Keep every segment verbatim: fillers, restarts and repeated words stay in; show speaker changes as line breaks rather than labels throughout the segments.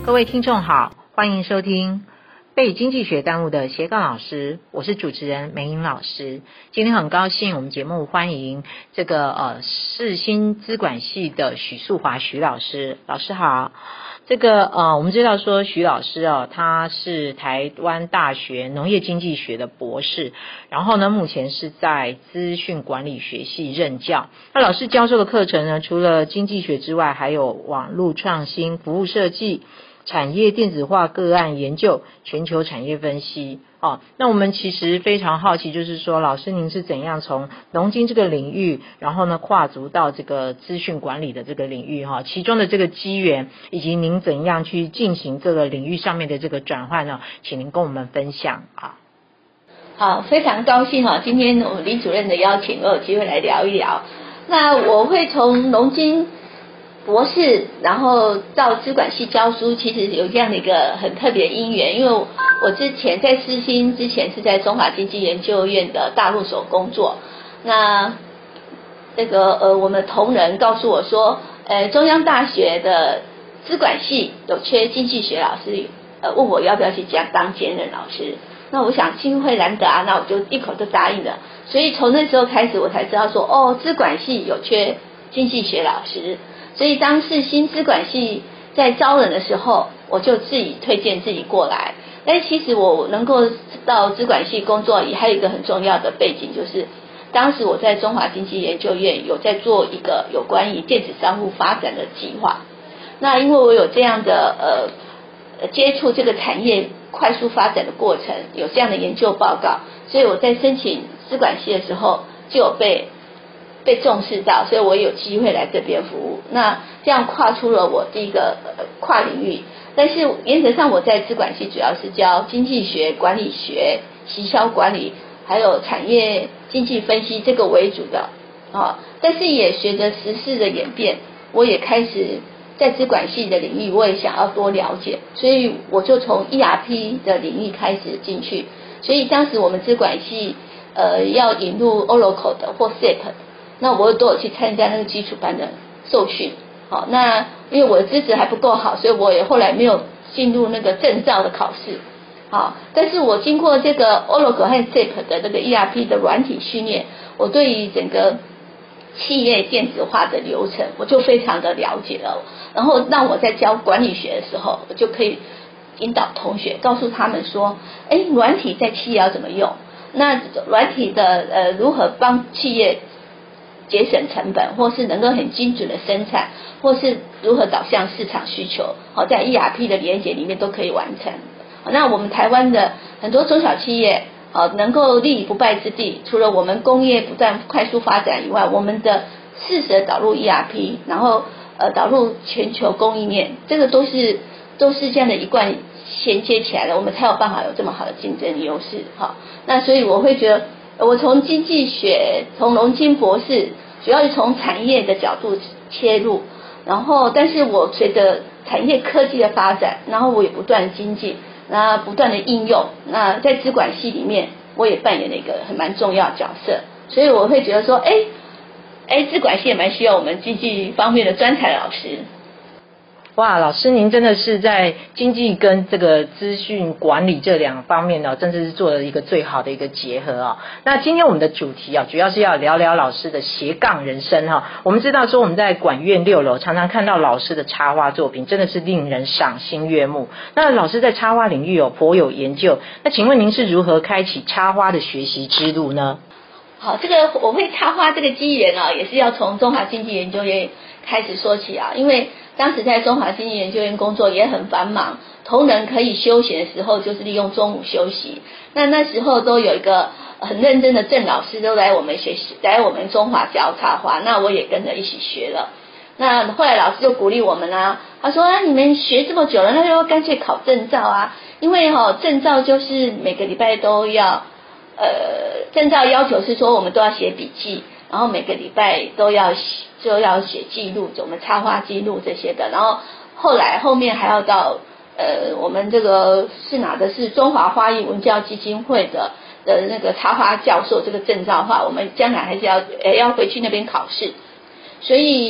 各位听众好，欢迎收听被经济学耽误的斜杠老师，我是主持人梅颖老师。今天很高兴我们节目欢迎这个呃世新资管系的许素华许老师，老师好。这个呃我们知道说许老师哦，他是台湾大学农业经济学的博士，然后呢目前是在资讯管理学系任教。那老师教授的课程呢，除了经济学之外，还有网络创新、服务设计、产业电子化个案研究、全球产业分析。哦，那我们其实非常好奇，就是说老师您是怎样从农经这个领域，然后呢跨足到这个资讯管理的这个领域哈，其中的这个机缘，以及您怎样去进行这个领域上面的这个转换呢？请您跟我们分享啊。
好，非常高兴哈，今天我们李主任的邀请，我有机会来聊一聊。那我会从农经博士，然后到资管系教书，其实有这样的一个很特别的因缘，因为我之前在世新之前是在中华经济研究院的大陆所工作，那那个呃我们同仁告诉我说，呃中央大学的资管系有缺经济学老师，呃问我要不要去讲当兼任老师，那我想机会难得啊，那我就一口就答应了，所以从那时候开始我才知道说，哦资管系有缺经济学老师。所以当世新资管系在招人的时候，我就自己推荐自己过来。但其实我能够到资管系工作，也还有一个很重要的背景，就是当时我在中华经济研究院有在做一个有关于电子商务发展的计划。那因为我有这样的呃接触这个产业快速发展的过程，有这样的研究报告，所以我在申请资管系的时候就有被被重视到，所以我有机会来这边服务。那这样跨出了我第一个、呃、跨领域，但是原则上我在资管系主要是教经济学、管理学、行销管理，还有产业经济分析这个为主的啊。但是也随着时事的演变，我也开始在资管系的领域，我也想要多了解，所以我就从 E R P 的领域开始进去。所以当时我们资管系呃要引入 Oracle 的或 S A P 的，那我都有去参加那个基础班的受训，好，那因为我的资质还不够好，所以我也后来没有进入那个证照的考试，好，但是我经过这个 Oracle 和 S A P 的那个 E R P 的软体训练，我对于整个企业电子化的流程我就非常的了解了，然后让我在教管理学的时候，我就可以引导同学，告诉他们说，哎，软体在企业要怎么用，那软体的呃如何帮企业节省成本，或是能够很精准的生产，或是如何导向市场需求，好，在 E R P 的连结里面都可以完成。那我们台湾的很多中小企业能够立于不败之地，除了我们工业不断快速发展以外，我们的适时的导入 E R P， 然后呃导入全球供应链，这个都是都是这样的一贯衔接起来了，我们才有办法有这么好的竞争优势。好，那所以我会觉得我从经济学，从农经博士，主要是从产业的角度切入，然后但是我随着产业科技的发展，然后我也不断精进，那不断的应用，那在资管系里面我也扮演了一个很蛮重要的角色，所以我会觉得说，哎哎，资管系也蛮需要我们经济方面的专才老师。
哇，老师您真的是在经济跟这个资讯管理这两方面呢，真的是做了一个最好的一个结合啊。那今天我们的主题啊，主要是要聊聊老师的斜杠人生哈。我们知道说我们在管院六楼常常看到老师的插花作品，真的是令人赏心悦目。那老师在插花领域有颇有研究，那请问您是如何开启插花的学习之路呢？
好，这个我会插花这个机缘啊，也是要从中华经济研究院开始说起啊，因为当时在中华经济研究院工作也很繁忙，同仁可以休闲的时候就是利用中午休息，那那时候都有一个很认真的郑老师都来我们学习，来我们中华教插花，那我也跟着一起学了。那后来老师就鼓励我们啊，他说啊，你们学这么久了，那就干脆考证照啊，因为哦证照就是每个礼拜都要呃证照要求是说我们都要写笔记，然后每个礼拜都要就要写记录，我们插花记录这些的，然后后来后面还要到呃我们这个是拿的是中华花艺文教基金会的的那个插花教授这个证照的话，我们将来还是要呃要回去那边考试，所以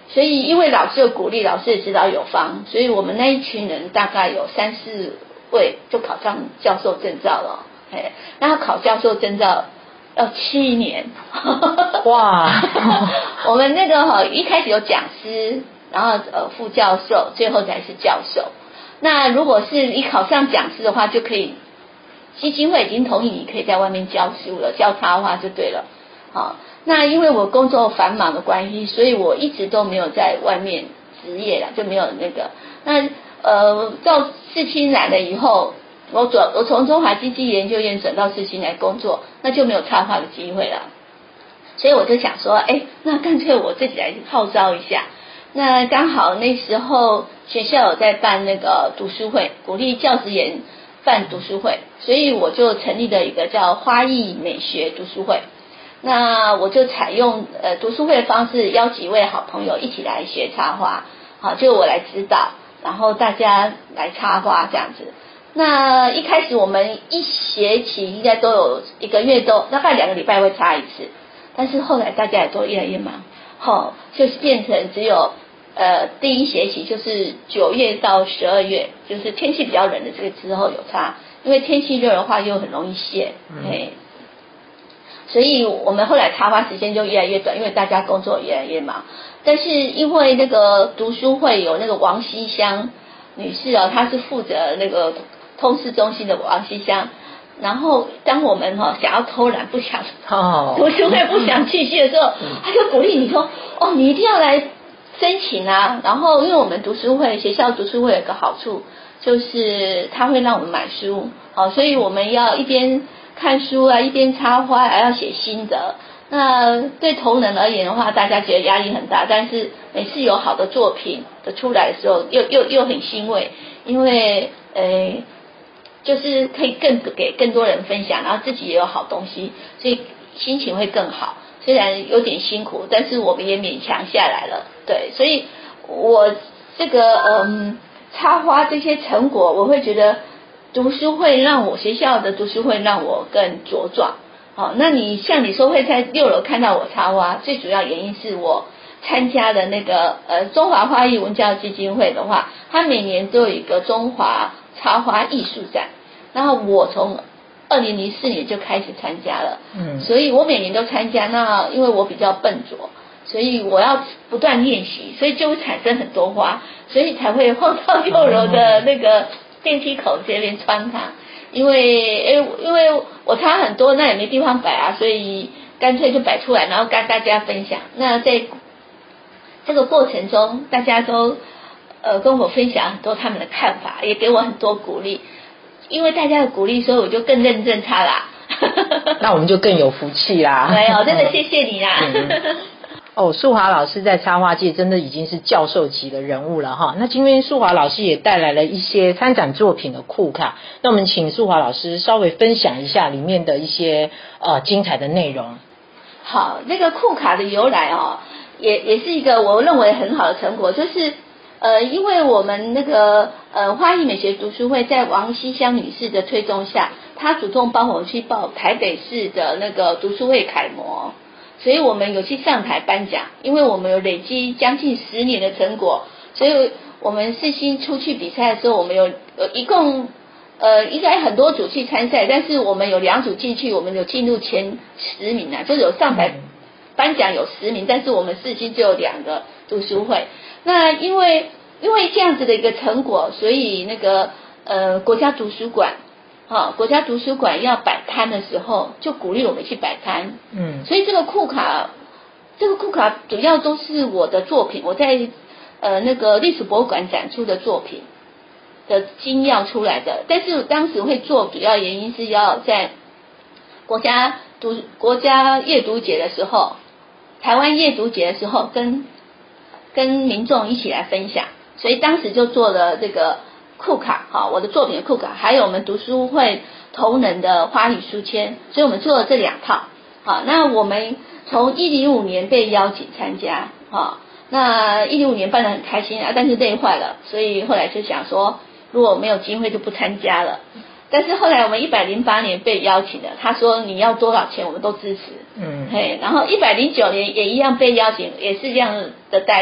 所以因为老师的鼓励，老师的指导有方，所以我们那一群人大概有三四位就考上教授证照了。哎，那考教授证照要七年，
哇！
我们那个哈一开始有讲师，然后呃副教授，最后才是教授。那如果是你考上讲师的话，就可以基金会已经同意你可以在外面教书了，教插花就对了。好，那因为我工作繁忙的关系，所以我一直都没有在外面职业了，就没有那个。那呃，到世青来了以后，我转我从中华经济研究院转到世青来工作，那就没有插花的机会了。所以我就想说，哎，那干脆我自己来号召一下。那刚好那时候学校有在办那个读书会，鼓励教职员办读书会，所以我就成立了一个叫花艺美学读书会。那我就采用呃读书会的方式，邀几位好朋友一起来学插花，好，就我来指导，然后大家来插花这样子。那一开始我们一学期应该都有一个月都大概两个礼拜会插一次，但是后来大家也都越来越忙，好，就是变成只有呃第一学期就是九月到十二月，就是天气比较冷的这个之后有插，因为天气热的话又很容易谢，嗯，所以我们后来插花时间就越来越短，因为大家工作越来越忙。但是因为那个读书会有那个王西香女士哦，她是负责那个通识中心的王西香。然后当我们哈、哦、想要偷懒不想读书会不想继续的时候，她就鼓励你说，哦，你一定要来申请啊。然后因为我们读书会学校读书会有个好处，就是它会让我们买书，好，所以我们要一边看书啊，一边插花，还要写心得。那对同仁而言的话，大家觉得压力很大，但是每次有好的作品的出来的时候，又又又很欣慰，因为呃，就是可以更给更多人分享，然后自己也有好东西，所以心情会更好。虽然有点辛苦，但是我们也勉强下来了。对，所以我这个嗯插花这些成果，我会觉得读书会让我学校的读书会让我更茁壮。好，那你像你说会在六楼看到我插花，最主要原因是我参加的那个呃中华花艺文教基金会的话，它每年都有一个中华插花艺术展，然后我从二零零四年就开始参加了，嗯，所以我每年都参加。那因为我比较笨拙，所以我要不断练习，所以就会产生很多花，所以才会放到六楼的那个电梯口这边穿它。因为诶，因为我插很多，那也没地方摆啊，所以干脆就摆出来，然后跟大家分享。那在这个过程中，大家都呃跟我分享很多他们的看法，也给我很多鼓励。因为大家的鼓励，所以我就更认真插啦。
那我们就更有福气啦。
没有，真的谢谢你啦。
嗯哦，素华老师在插花界真的已经是教授级的人物了哈。那今天素华老师也带来了一些参展作品的库卡，那我们请素华老师稍微分享一下里面的一些呃精彩的内容。
好，这个库卡的由来哦，也也是一个我认为很好的成果，就是呃，因为我们那个呃花艺美学读书会在王西香女士的推动下，她主动帮我去报台北市的那个读书会楷模。所以我们有去上台颁奖，因为我们有累积将近十年的成果，所以我们世新出去比赛的时候，我们有呃一共呃应该很多组去参赛，但是我们有两组进去，我们有进入前十名啊，就是有上台颁奖有十名，但是我们世新就有两个读书会。那因为因为这样子的一个成果，所以那个呃国家图书馆。好、哦，国家图书馆要摆摊的时候，就鼓励我们去摆摊。嗯，所以这个库卡，这个库卡主要都是我的作品，我在呃那个历史博物馆展出的作品的精要出来的。但是当时会做，主要原因是要在国家读国家阅读节的时候，台湾阅读节的时候，跟跟民众一起来分享，所以当时就做了这个。库卡，好，我的作品的库卡，还有我们读书会同仁的花语书签，所以我们做了这两套。好，那我们从一零五年被邀请参加，好，那一零五年办得很开心啊，但是累坏了，所以后来就想说，如果没有机会就不参加了。但是后来我们一百零八年被邀请了，他说你要多少钱我们都支持，嗯，嘿，然后一百零九年也一样被邀请，也是这样的待遇，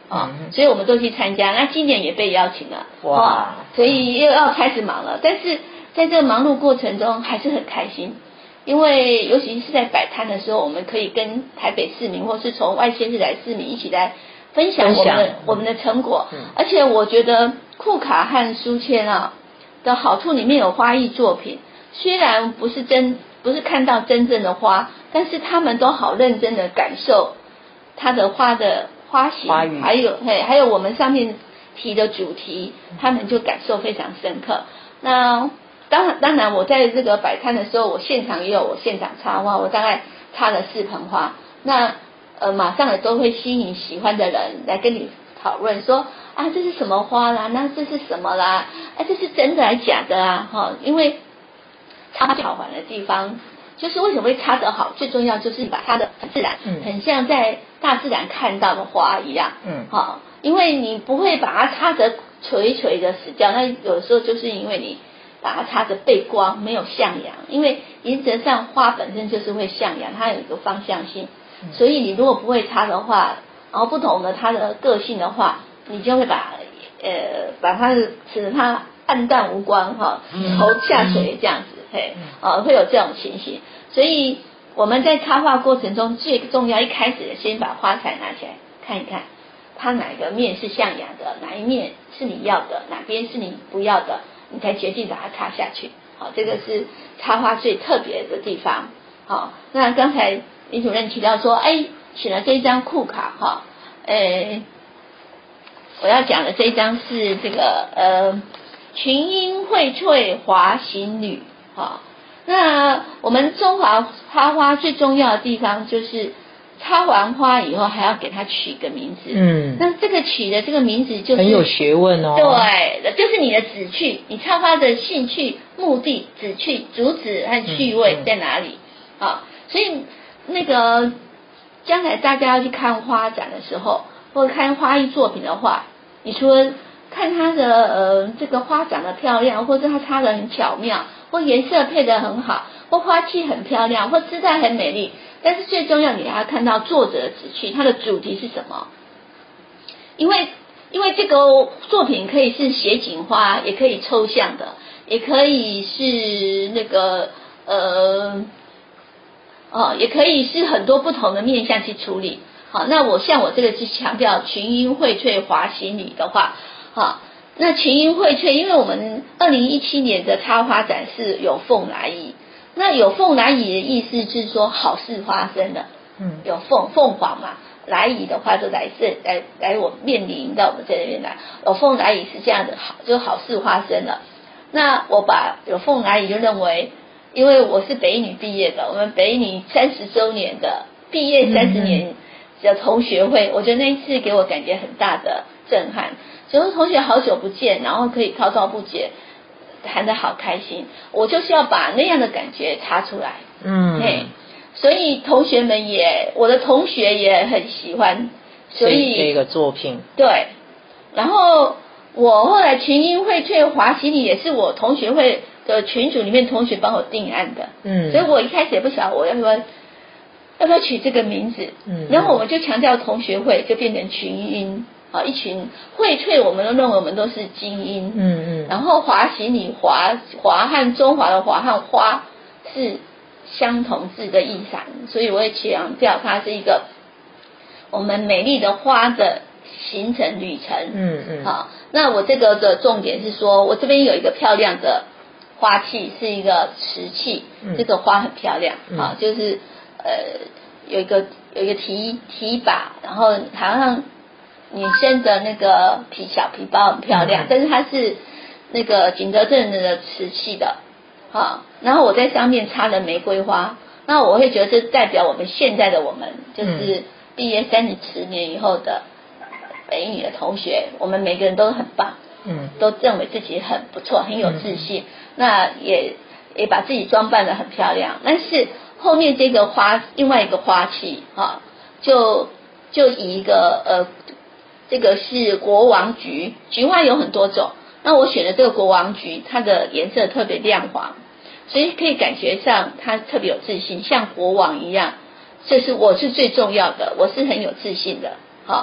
啊、嗯，所以我们都去参加。那今年也被邀请了，哇，所以又要开始忙了。但是在这个忙碌过程中还是很开心，因为尤其是在摆摊的时候，我们可以跟台北市民或是从外县市来市民一起来分享我们的我们的成果。嗯，而且我觉得库卡和书签啊的好处里面有花艺作品，虽然不是真不是看到真正的花，但是他们都好认真的感受它的花的花型，还有嘿，还有我们上面提的主题，他们就感受非常深刻。那当然，当然我在这个摆摊的时候，我现场也有我现场插花，我大概插了四盆花。那呃，马上也都会吸引喜欢的人来跟你讨论说啊，这是什么花啦？那这是什么啦？哎，这是真的还是假的啊？哈，因为插花最好玩的地方，就是为什么会插得好，最重要就是把它的很自然，嗯，很像在大自然看到的花一样，嗯，好，因为你不会把它插得垂垂的死掉，那有的时候就是因为你把它插着背光，没有向阳，因为原则上花本身就是会向阳，它有一个方向性，嗯，所以你如果不会插的话，然后不懂得它的个性的话，你就会把呃把它使得它暗淡无光哈，头下垂这样子，嘿，啊会有这种情形，所以我们在插花过程中最重要，一开始先把花材拿起来看一看，它哪个面是向阳的，哪一面是你要的，哪边是你不要的，你才决定把它插下去。好，这个是插花最特别的地方。好，那刚才李主任提到说，哎，选了这一张库卡哈，呃，我要讲的这一张是这个呃群英荟萃华行旅哈。那我们中华插花最重要的地方就是插完花以后还要给它取个名字，嗯，那这个取的这个名字就是
很有学问哦，
对，就是你的旨趣，你插花的兴趣、目的、旨趣、主旨和趣味在哪里？嗯嗯、啊，所以那个将来大家要去看花展的时候，或者看花艺作品的话，你除了看它的呃这个花长得漂亮，或者它插得很巧妙，或颜色配得很好，或花器很漂亮，或姿态很美丽，但是最重要你还要看到作者的旨趣，它的主题是什么？因为因为这个作品可以是写景花，也可以抽象的，也可以是那个呃哦，也可以是很多不同的面向去处理。好，那我像我这个是强调群英荟萃华行旅的话，好，那群英荟萃，因为我们二零一七年的插花展是有凤来仪，那有凤来仪的意思是说好事发生了，嗯，有凤凤凰嘛，来仪的话就来这来来我面临到我们这边来，有凤来仪是这样的，好，就好事发生了。那我把有凤来仪就认为，因为我是北女毕业的，我们北女三十周年的毕业三十年的同学会，我觉得那一次给我感觉很大的震撼。就是同学好久不见，然后可以滔滔不绝，谈得好开心。我就是要把那样的感觉插出来，嗯，嘿，所以同学们也，我的同学也很喜欢，所以
这个作品
对。然后我后来群英荟萃华行旅也是我同学会的群组里面同学帮我定案的，嗯，所以我一开始也不晓得我要不要要不要取这个名字，嗯，然后我们就强调同学会，就变成群英。啊，一群荟萃，我们都认为我们都是精英，嗯嗯，然后华行旅华华和中华的华和花是相同字的意思，所以我会强调它是一个我们美丽的花的行程旅程，嗯嗯，好，那我这个的重点是说，我这边有一个漂亮的花器，是一个瓷器，嗯、这个花很漂亮，嗯、啊，就是呃有一个有一个提提把，然后好像女生的那个皮小皮包很漂亮，嗯、但是它是那个景德镇的瓷器的，好，然后我在上面插了玫瑰花，那我会觉得这代表我们现在的我们，就是毕业三十年以后的北女的同学，我们每个人都很棒，嗯，都认为自己很不错，很有自信，嗯、那也也把自己装扮得很漂亮，但是后面这个花，另外一个花器啊，就就以一个呃。这个是国王菊，菊花有很多种，那我选的这个国王菊，它的颜色特别亮黄，所以可以感觉上它特别有自信，像国王一样，这是我是最重要的，我是很有自信的。好，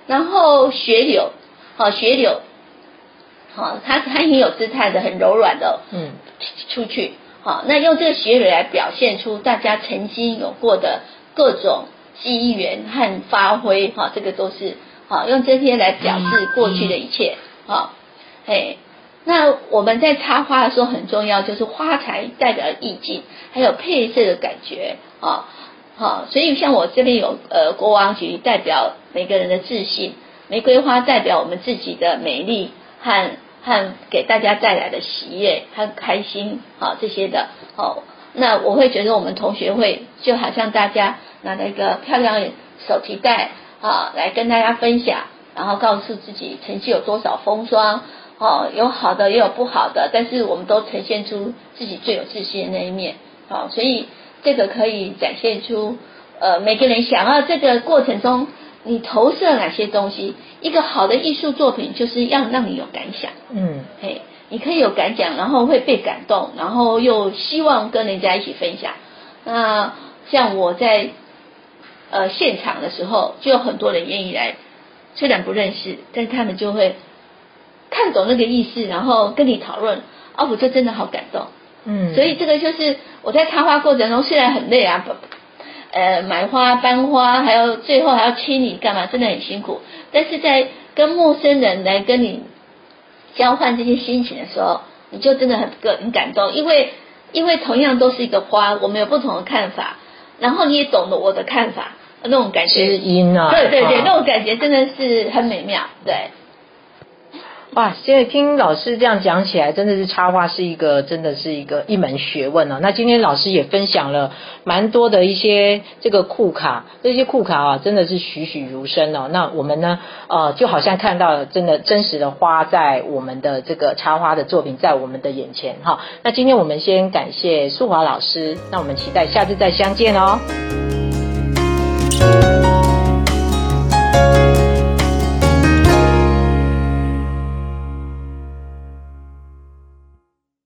然后雪柳，好、雪柳，好、它它很有姿态的，很柔软的，嗯，出去，好、那用这个雪柳来表现出大家曾经有过的各种机缘和发挥，哈、这个都是好、用这些来表示过去的一切，好、哎。那我们在插花的时候很重要，就是花材代表意境，还有配色的感觉啊，好，所以像我这边有呃国王菊代表每个人的自信，玫瑰花代表我们自己的美丽和和给大家带来的喜悦和开心啊这些的哦。那我会觉得我们同学会就好像大家拿了一个漂亮的手提袋啊来跟大家分享，然后告诉自己曾经有多少风霜。哦，有好的也有不好的，但是我们都呈现出自己最有自信的那一面，好、哦，所以这个可以展现出，呃，每个人想要这个过程中你投射哪些东西。一个好的艺术作品就是要让你有感想，嗯，嘿，你可以有感想，然后会被感动，然后又希望跟人家一起分享。那像我在呃现场的时候，就有很多人愿意来，虽然不认识，但是他们就会看懂那个意思，然后跟你讨论，哦，我就真的好感动。嗯，所以这个就是我在插花过程中虽然很累啊，呃，买花、搬花，还有最后还要清理干嘛，真的很辛苦。但是在跟陌生人来跟你交换这些心情的时候，你就真的很很感动，因为因为同样都是一个花，我们有不同的看法，然后你也懂得我的看法，那种感觉，
知音啊，
对对对，那种感觉真的是很美妙，对。
哇，现在听老师这样讲起来，真的是插花是一个，真的是一个一门学问哦。那今天老师也分享了蛮多的一些这个库卡，这些库卡啊，真的是栩栩如生哦。那我们呢，呃，就好像看到了真的真实的花在我们的这个插花的作品在我们的眼前哈。那今天我们先感谢素华老师，那我们期待下次再相见哦。